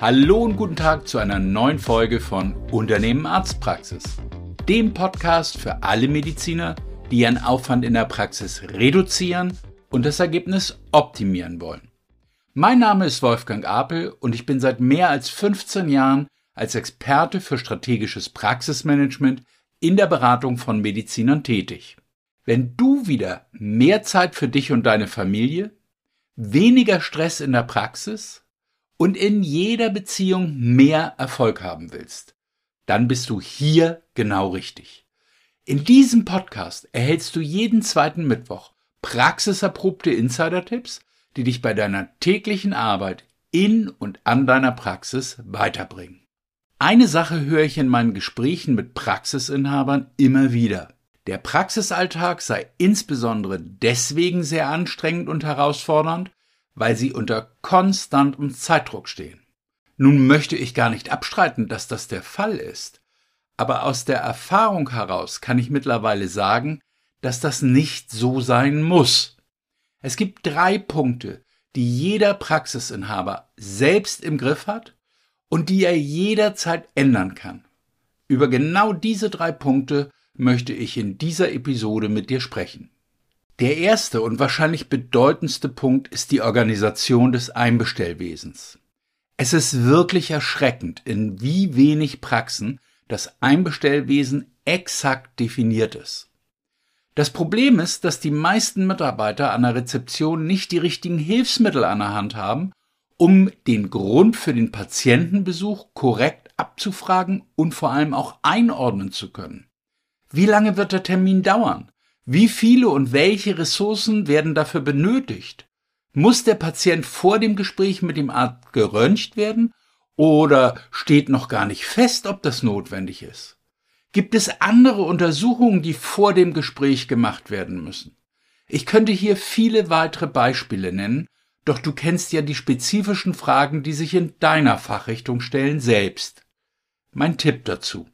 Hallo und guten Tag zu einer neuen Folge von Unternehmen Arztpraxis, dem Podcast für alle Mediziner, die ihren Aufwand in der Praxis reduzieren und das Ergebnis optimieren wollen. Mein Name ist Wolfgang Apel und ich bin seit mehr als 15 Jahren als Experte für strategisches Praxismanagement in der Beratung von Medizinern tätig. Wenn du wieder mehr Zeit für dich und deine Familie, weniger Stress in der Praxis und in jeder Beziehung mehr Erfolg haben willst, dann bist du hier genau richtig. In diesem Podcast erhältst du jeden zweiten Mittwoch praxiserprobte Insider-Tipps, die dich bei deiner täglichen Arbeit in und an deiner Praxis weiterbringen. Eine Sache höre ich in meinen Gesprächen mit Praxisinhabern immer wieder. Der Praxisalltag sei insbesondere deswegen sehr anstrengend und herausfordernd, weil sie unter konstantem Zeitdruck stehen. Nun möchte ich gar nicht abstreiten, dass das der Fall ist, aber aus der Erfahrung heraus kann ich mittlerweile sagen, dass das nicht so sein muss. Es gibt 3 Punkte, die jeder Praxisinhaber selbst im Griff hat und die er jederzeit ändern kann. Über genau diese 3 Punkte möchte ich in dieser Episode mit dir sprechen. Der erste und wahrscheinlich bedeutendste Punkt ist die Organisation des Einbestellwesens. Es ist wirklich erschreckend, in wie wenig Praxen das Einbestellwesen exakt definiert ist. Das Problem ist, dass die meisten Mitarbeiter an der Rezeption nicht die richtigen Hilfsmittel an der Hand haben, um den Grund für den Patientenbesuch korrekt abzufragen und vor allem auch einordnen zu können. Wie lange wird der Termin dauern? Wie viele und welche Ressourcen werden dafür benötigt? Muss der Patient vor dem Gespräch mit dem Arzt geröntgt werden oder steht noch gar nicht fest, ob das notwendig ist? Gibt es andere Untersuchungen, die vor dem Gespräch gemacht werden müssen? Ich könnte hier viele weitere Beispiele nennen, doch du kennst ja die spezifischen Fragen, die sich in deiner Fachrichtung stellen, selbst. Mein Tipp dazu: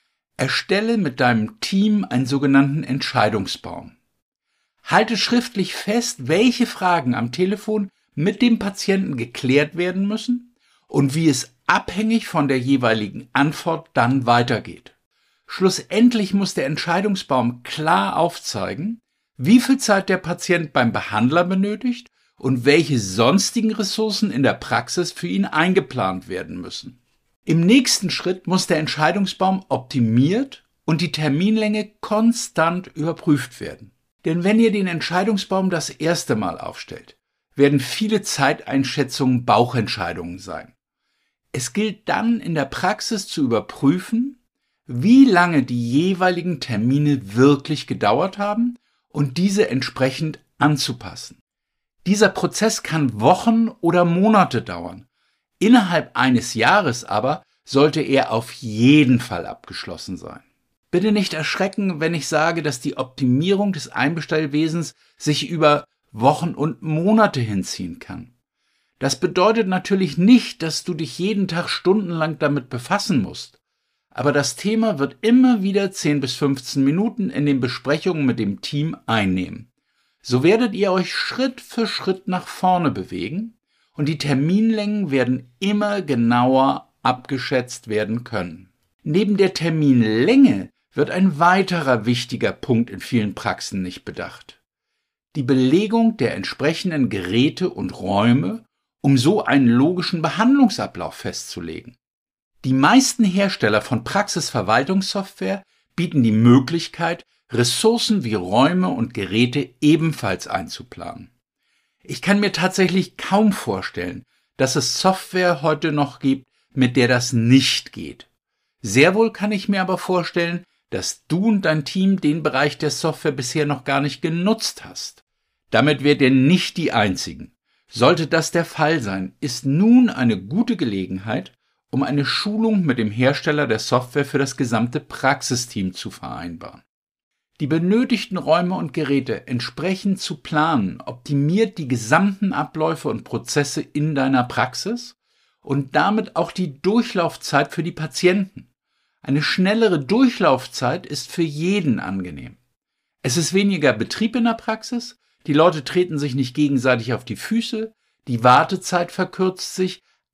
Erstelle mit deinem Team einen sogenannten Entscheidungsbaum. Halte schriftlich fest, welche Fragen am Telefon mit dem Patienten geklärt werden müssen und wie es abhängig von der jeweiligen Antwort dann weitergeht. Schlussendlich muss der Entscheidungsbaum klar aufzeigen, wie viel Zeit der Patient beim Behandler benötigt und welche sonstigen Ressourcen in der Praxis für ihn eingeplant werden müssen. Im nächsten Schritt muss der Entscheidungsbaum optimiert und die Terminlänge konstant überprüft werden. Denn wenn ihr den Entscheidungsbaum das erste Mal aufstellt, werden viele Zeiteinschätzungen Bauchentscheidungen sein. Es gilt dann in der Praxis zu überprüfen, wie lange die jeweiligen Termine wirklich gedauert haben und diese entsprechend anzupassen. Dieser Prozess kann Wochen oder Monate dauern. Innerhalb eines Jahres aber sollte er auf jeden Fall abgeschlossen sein. Bitte nicht erschrecken, wenn ich sage, dass die Optimierung des Einbestellwesens sich über Wochen und Monate hinziehen kann. Das bedeutet natürlich nicht, dass du dich jeden Tag stundenlang damit befassen musst. Aber das Thema wird immer wieder 10 bis 15 Minuten in den Besprechungen mit dem Team einnehmen. So werdet ihr euch Schritt für Schritt nach vorne bewegen und die Terminlängen werden immer genauer abgeschätzt werden können. Neben der Terminlänge wird ein weiterer wichtiger Punkt in vielen Praxen nicht bedacht: die Belegung der entsprechenden Geräte und Räume, um so einen logischen Behandlungsablauf festzulegen. Die meisten Hersteller von Praxisverwaltungssoftware bieten die Möglichkeit, Ressourcen wie Räume und Geräte ebenfalls einzuplanen. Ich kann mir tatsächlich kaum vorstellen, dass es Software heute noch gibt, mit der das nicht geht. Sehr wohl kann ich mir aber vorstellen, dass du und dein Team den Bereich der Software bisher noch gar nicht genutzt hast. Damit werdet ihr nicht die Einzigen. Sollte das der Fall sein, ist nun eine gute Gelegenheit, um eine Schulung mit dem Hersteller der Software für das gesamte Praxisteam zu vereinbaren. Die benötigten Räume und Geräte entsprechend zu planen, optimiert die gesamten Abläufe und Prozesse in deiner Praxis und damit auch die Durchlaufzeit für die Patienten. Eine schnellere Durchlaufzeit ist für jeden angenehm. Es ist weniger Betrieb in der Praxis, die Leute treten sich nicht gegenseitig auf die Füße, die Wartezeit verkürzt sich,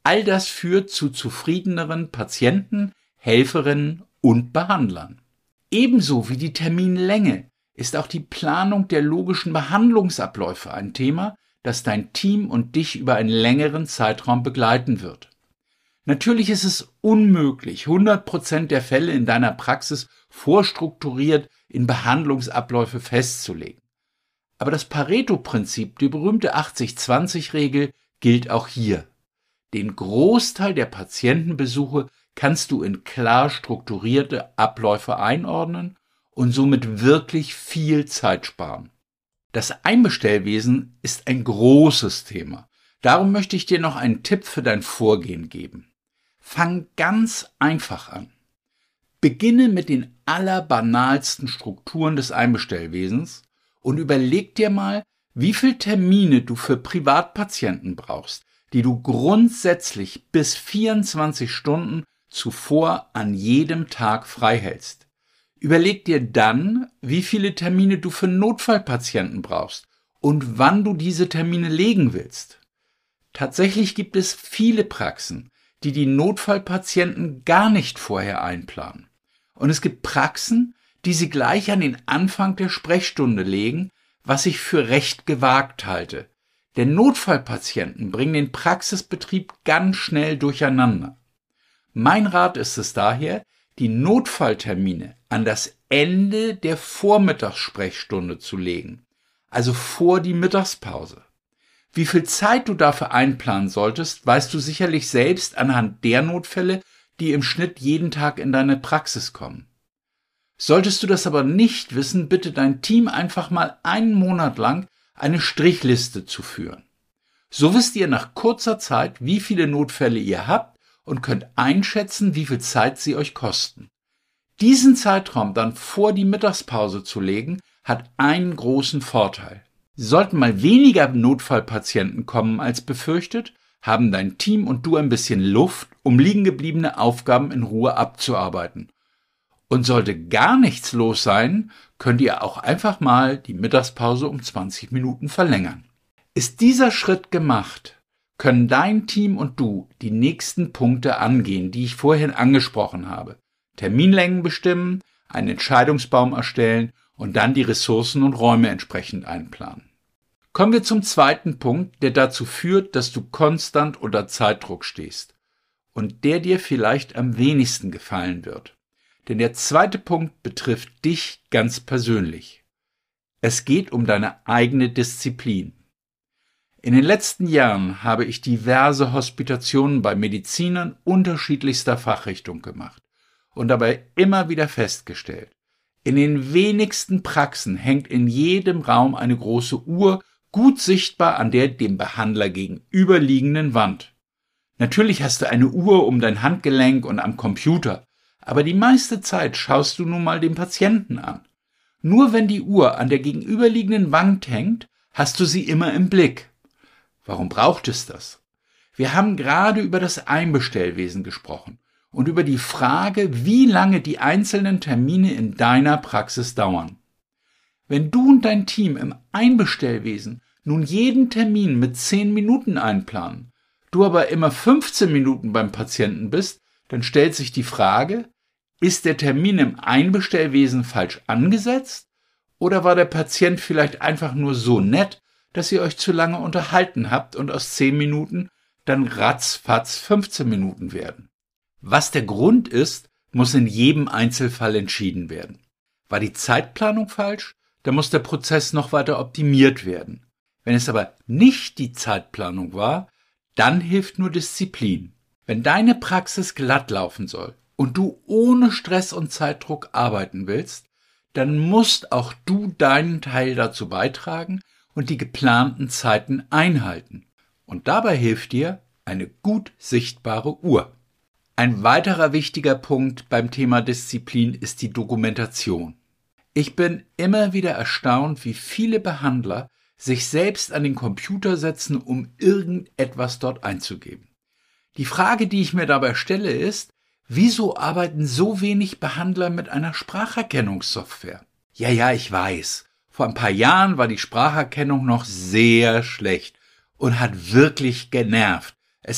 All das führt zu zufriedeneren Patienten, Helferinnen und Behandlern. Ebenso wie die Terminlänge ist auch die Planung der logischen Behandlungsabläufe ein Thema, das dein Team und dich über einen längeren Zeitraum begleiten wird. Natürlich ist es unmöglich, 100% der Fälle in deiner Praxis vorstrukturiert in Behandlungsabläufe festzulegen. Aber das Pareto-Prinzip, die berühmte 80-20-Regel, gilt auch hier. Den Großteil der Patientenbesuche kannst du in klar strukturierte Abläufe einordnen und somit wirklich viel Zeit sparen. Das Einbestellwesen ist ein großes Thema. Darum möchte ich dir noch einen Tipp für dein Vorgehen geben. Fang ganz einfach an. Beginne mit den allerbanalsten Strukturen des Einbestellwesens und überleg dir mal, wie viele Termine du für Privatpatienten brauchst, die du grundsätzlich bis 24 Stunden zuvor an jedem Tag frei hältst. Überleg dir dann, wie viele Termine du für Notfallpatienten brauchst und wann du diese Termine legen willst. Tatsächlich gibt es viele Praxen, die die Notfallpatienten gar nicht vorher einplanen. Und es gibt Praxen, die sie gleich an den Anfang der Sprechstunde legen, was ich für recht gewagt halte. Denn Notfallpatienten bringen den Praxisbetrieb ganz schnell durcheinander. Mein Rat ist es daher, die Notfalltermine an das Ende der Vormittagssprechstunde zu legen, also vor die Mittagspause. Wie viel Zeit du dafür einplanen solltest, weißt du sicherlich selbst anhand der Notfälle, die im Schnitt jeden Tag in deine Praxis kommen. Solltest du das aber nicht wissen, bitte dein Team einfach mal einen Monat lang eine Strichliste zu führen. So wisst ihr nach kurzer Zeit, wie viele Notfälle ihr habt und könnt einschätzen, wie viel Zeit sie euch kosten. Diesen Zeitraum dann vor die Mittagspause zu legen, hat einen großen Vorteil. Sollten mal weniger Notfallpatienten kommen als befürchtet, haben dein Team und du ein bisschen Luft, um liegen gebliebene Aufgaben in Ruhe abzuarbeiten. Und sollte gar nichts los sein, könnt ihr auch einfach mal die Mittagspause um 20 Minuten verlängern. Ist dieser Schritt gemacht, können dein Team und du die nächsten Punkte angehen, die ich vorhin angesprochen habe. Terminlängen bestimmen, einen Entscheidungsbaum erstellen und dann die Ressourcen und Räume entsprechend einplanen. Kommen wir zum zweiten Punkt, der dazu führt, dass du konstant unter Zeitdruck stehst und der dir vielleicht am wenigsten gefallen wird. Denn der zweite Punkt betrifft dich ganz persönlich. Es geht um deine eigene Disziplin. In den letzten Jahren habe ich diverse Hospitationen bei Medizinern unterschiedlichster Fachrichtung gemacht und dabei immer wieder festgestellt, in den wenigsten Praxen hängt in jedem Raum eine große Uhr, gut sichtbar an der dem Behandler gegenüberliegenden Wand. Natürlich hast du eine Uhr um dein Handgelenk und am Computer, aber die meiste Zeit schaust du nun mal den Patienten an. Nur wenn die Uhr an der gegenüberliegenden Wand hängt, hast du sie immer im Blick. Warum braucht es das? Wir haben gerade über das Einbestellwesen gesprochen und über die Frage, wie lange die einzelnen Termine in deiner Praxis dauern. Wenn du und dein Team im Einbestellwesen nun jeden Termin mit 10 Minuten einplanen, du aber immer 15 Minuten beim Patienten bist, dann stellt sich die Frage, ist der Termin im Einbestellwesen falsch angesetzt oder war der Patient vielleicht einfach nur so nett, dass ihr euch zu lange unterhalten habt und aus 10 Minuten dann ratzfatz 15 Minuten werden? Was der Grund ist, muss in jedem Einzelfall entschieden werden. War die Zeitplanung falsch, dann muss der Prozess noch weiter optimiert werden. Wenn es aber nicht die Zeitplanung war, dann hilft nur Disziplin. Wenn deine Praxis glatt laufen soll und du ohne Stress und Zeitdruck arbeiten willst, dann musst auch du deinen Teil dazu beitragen und die geplanten Zeiten einhalten. Und dabei hilft dir eine gut sichtbare Uhr. Ein weiterer wichtiger Punkt beim Thema Disziplin ist die Dokumentation. Ich bin immer wieder erstaunt, wie viele Behandler sich selbst an den Computer setzen, um irgendetwas dort einzugeben. Die Frage, die ich mir dabei stelle, ist, wieso arbeiten so wenig Behandler mit einer Spracherkennungssoftware? Ja, ich weiß. Vor ein paar Jahren war die Spracherkennung noch sehr schlecht und hat wirklich genervt. Es hat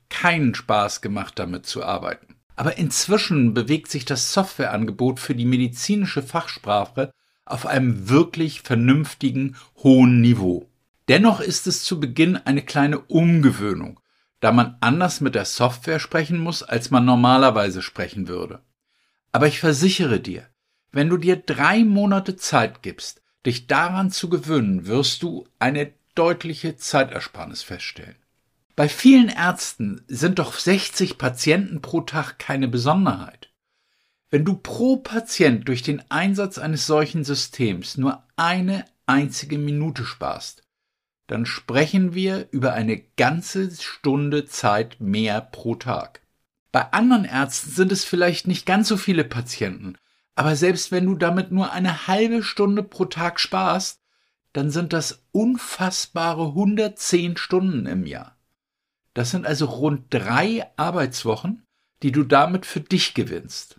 keinen Spaß gemacht, damit zu arbeiten. Aber inzwischen bewegt sich das Softwareangebot für die medizinische Fachsprache auf einem wirklich vernünftigen, hohen Niveau. Dennoch ist es zu Beginn eine kleine Umgewöhnung, da man anders mit der Software sprechen muss, als man normalerweise sprechen würde. Aber ich versichere dir, wenn du dir 3 Monate Zeit gibst, dich daran zu gewöhnen, wirst du eine deutliche Zeitersparnis feststellen. Bei vielen Ärzten sind doch 60 Patienten pro Tag keine Besonderheit. Wenn du pro Patient durch den Einsatz eines solchen Systems nur eine einzige Minute sparst, dann sprechen wir über eine ganze Stunde Zeit mehr pro Tag. Bei anderen Ärzten sind es vielleicht nicht ganz so viele Patienten, aber selbst wenn du damit nur eine halbe Stunde pro Tag sparst, dann sind das unfassbare 110 Stunden im Jahr. Das sind also rund 3 Arbeitswochen, die du damit für dich gewinnst.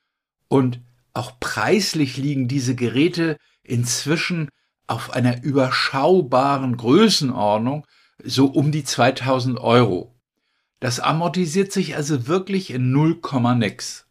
Und auch preislich liegen diese Geräte inzwischen auf einer überschaubaren Größenordnung, so um die 2000 Euro. Das amortisiert sich also wirklich in 0, nix.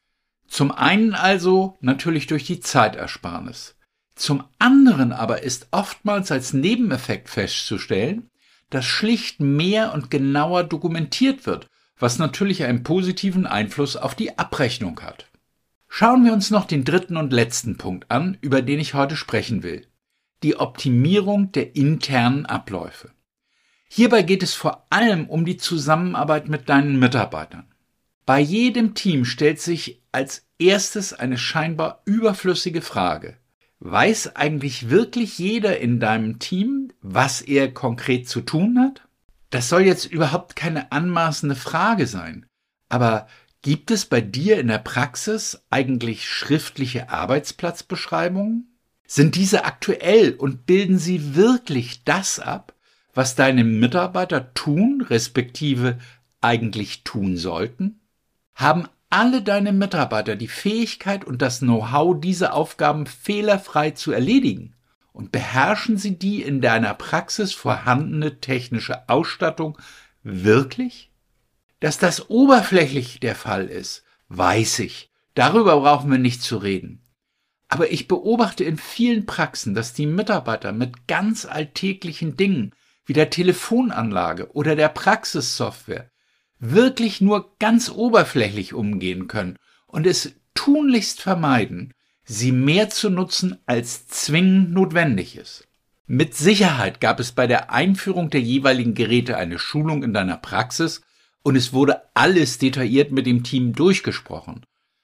Zum einen also natürlich durch die Zeitersparnis. Zum anderen aber ist oftmals als Nebeneffekt festzustellen, dass schlicht mehr und genauer dokumentiert wird, was natürlich einen positiven Einfluss auf die Abrechnung hat. Schauen wir uns noch den dritten und letzten Punkt an, über den ich heute sprechen will. Die Optimierung der internen Abläufe. Hierbei geht es vor allem um die Zusammenarbeit mit deinen Mitarbeitern. Bei jedem Team stellt sich als erstes eine scheinbar überflüssige Frage. Weiß eigentlich wirklich jeder in deinem Team, was er konkret zu tun hat? Das soll jetzt überhaupt keine anmaßende Frage sein, aber gibt es bei dir in der Praxis eigentlich schriftliche Arbeitsplatzbeschreibungen? Sind diese aktuell und bilden sie wirklich das ab, was deine Mitarbeiter tun, respektive eigentlich tun sollten? Haben alle deine Mitarbeiter die Fähigkeit und das Know-how, diese Aufgaben fehlerfrei zu erledigen? Und beherrschen sie die in deiner Praxis vorhandene technische Ausstattung wirklich? Dass das oberflächlich der Fall ist, weiß ich. Darüber brauchen wir nicht zu reden. Aber ich beobachte in vielen Praxen, dass die Mitarbeiter mit ganz alltäglichen Dingen wie der Telefonanlage oder der Praxissoftware wirklich nur ganz oberflächlich umgehen können und es tunlichst vermeiden, sie mehr zu nutzen, als zwingend notwendig ist. Mit Sicherheit gab es bei der Einführung der jeweiligen Geräte eine Schulung in deiner Praxis und es wurde alles detailliert mit dem Team durchgesprochen.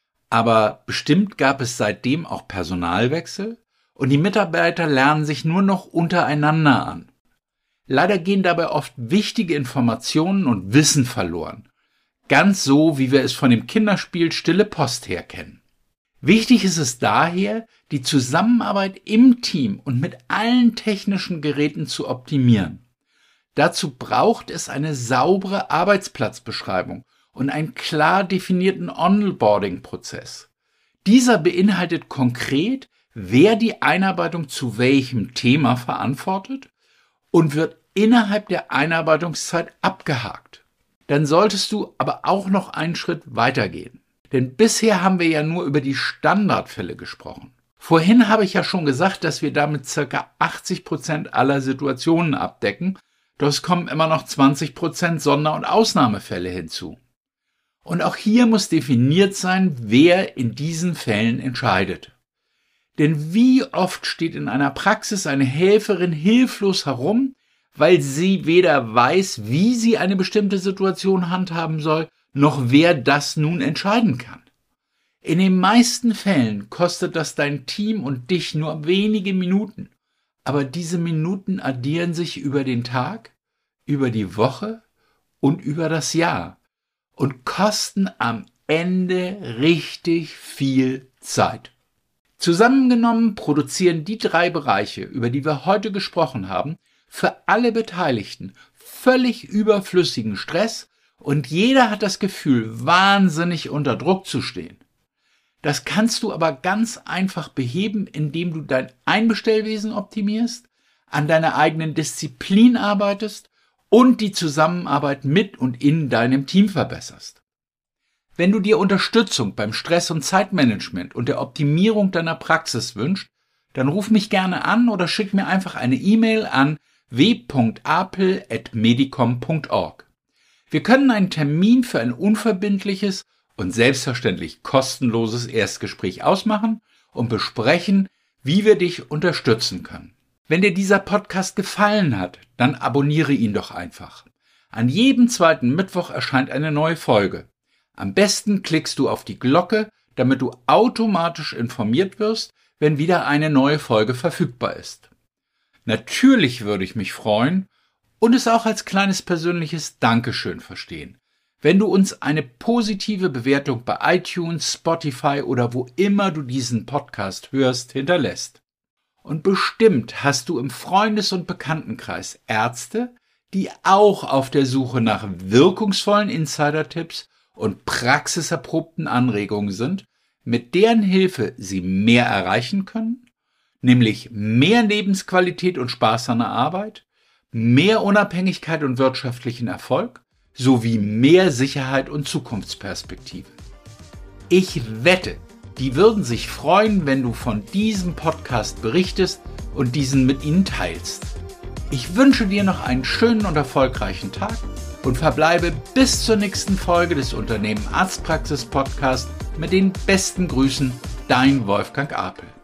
Aber bestimmt gab es seitdem auch Personalwechsel und die Mitarbeiter lernen sich nur noch untereinander an. Leider gehen dabei oft wichtige Informationen und Wissen verloren. Ganz so, wie wir es von dem Kinderspiel Stille Post her kennen. Wichtig ist es daher, die Zusammenarbeit im Team und mit allen technischen Geräten zu optimieren. Dazu braucht es eine saubere Arbeitsplatzbeschreibung und einen klar definierten Onboarding-Prozess. Dieser beinhaltet konkret, wer die Einarbeitung zu welchem Thema verantwortet und wird innerhalb der Einarbeitungszeit abgehakt. Dann solltest du aber auch noch einen Schritt weitergehen. Denn bisher haben wir ja nur über die Standardfälle gesprochen. Vorhin habe ich ja schon gesagt, dass wir damit ca. 80% aller Situationen abdecken, doch es kommen immer noch 20% Sonder- und Ausnahmefälle hinzu. Und auch hier muss definiert sein, wer in diesen Fällen entscheidet. Denn wie oft steht in einer Praxis eine Helferin hilflos herum, weil sie weder weiß, wie sie eine bestimmte Situation handhaben soll, noch wer das nun entscheiden kann. In den meisten Fällen kostet das dein Team und dich nur wenige Minuten, aber diese Minuten addieren sich über den Tag, über die Woche und über das Jahr und kosten am Ende richtig viel Zeit. Zusammengenommen produzieren die 3 Bereiche, über die wir heute gesprochen haben, für alle Beteiligten völlig überflüssigen Stress und jeder hat das Gefühl, wahnsinnig unter Druck zu stehen. Das kannst du aber ganz einfach beheben, indem du dein Einbestellwesen optimierst, an deiner eigenen Disziplin arbeitest und die Zusammenarbeit mit und in deinem Team verbesserst. Wenn du dir Unterstützung beim Stress- und Zeitmanagement und der Optimierung deiner Praxis wünschst, dann ruf mich gerne an oder schick mir einfach eine E-Mail an w.apel@medicom.org. Wir können einen Termin für ein unverbindliches und selbstverständlich kostenloses Erstgespräch ausmachen und besprechen, wie wir dich unterstützen können. Wenn dir dieser Podcast gefallen hat, dann abonniere ihn doch einfach. An jedem zweiten Mittwoch erscheint eine neue Folge. Am besten klickst du auf die Glocke, damit du automatisch informiert wirst, wenn wieder eine neue Folge verfügbar ist. Natürlich würde ich mich freuen und es auch als kleines persönliches Dankeschön verstehen, wenn du uns eine positive Bewertung bei iTunes, Spotify oder wo immer du diesen Podcast hörst, hinterlässt. Und bestimmt hast du im Freundes- und Bekanntenkreis Ärzte, die auch auf der Suche nach wirkungsvollen Insider-Tipps und praxiserprobten Anregungen sind, mit deren Hilfe sie mehr erreichen können, nämlich mehr Lebensqualität und Spaß an der Arbeit, mehr Unabhängigkeit und wirtschaftlichen Erfolg, sowie mehr Sicherheit und Zukunftsperspektive. Ich wette, die würden sich freuen, wenn du von diesem Podcast berichtest und diesen mit ihnen teilst. Ich wünsche dir noch einen schönen und erfolgreichen Tag und verbleibe bis zur nächsten Folge des Unternehmen Arztpraxis Podcast mit den besten Grüßen, dein Wolfgang Apel.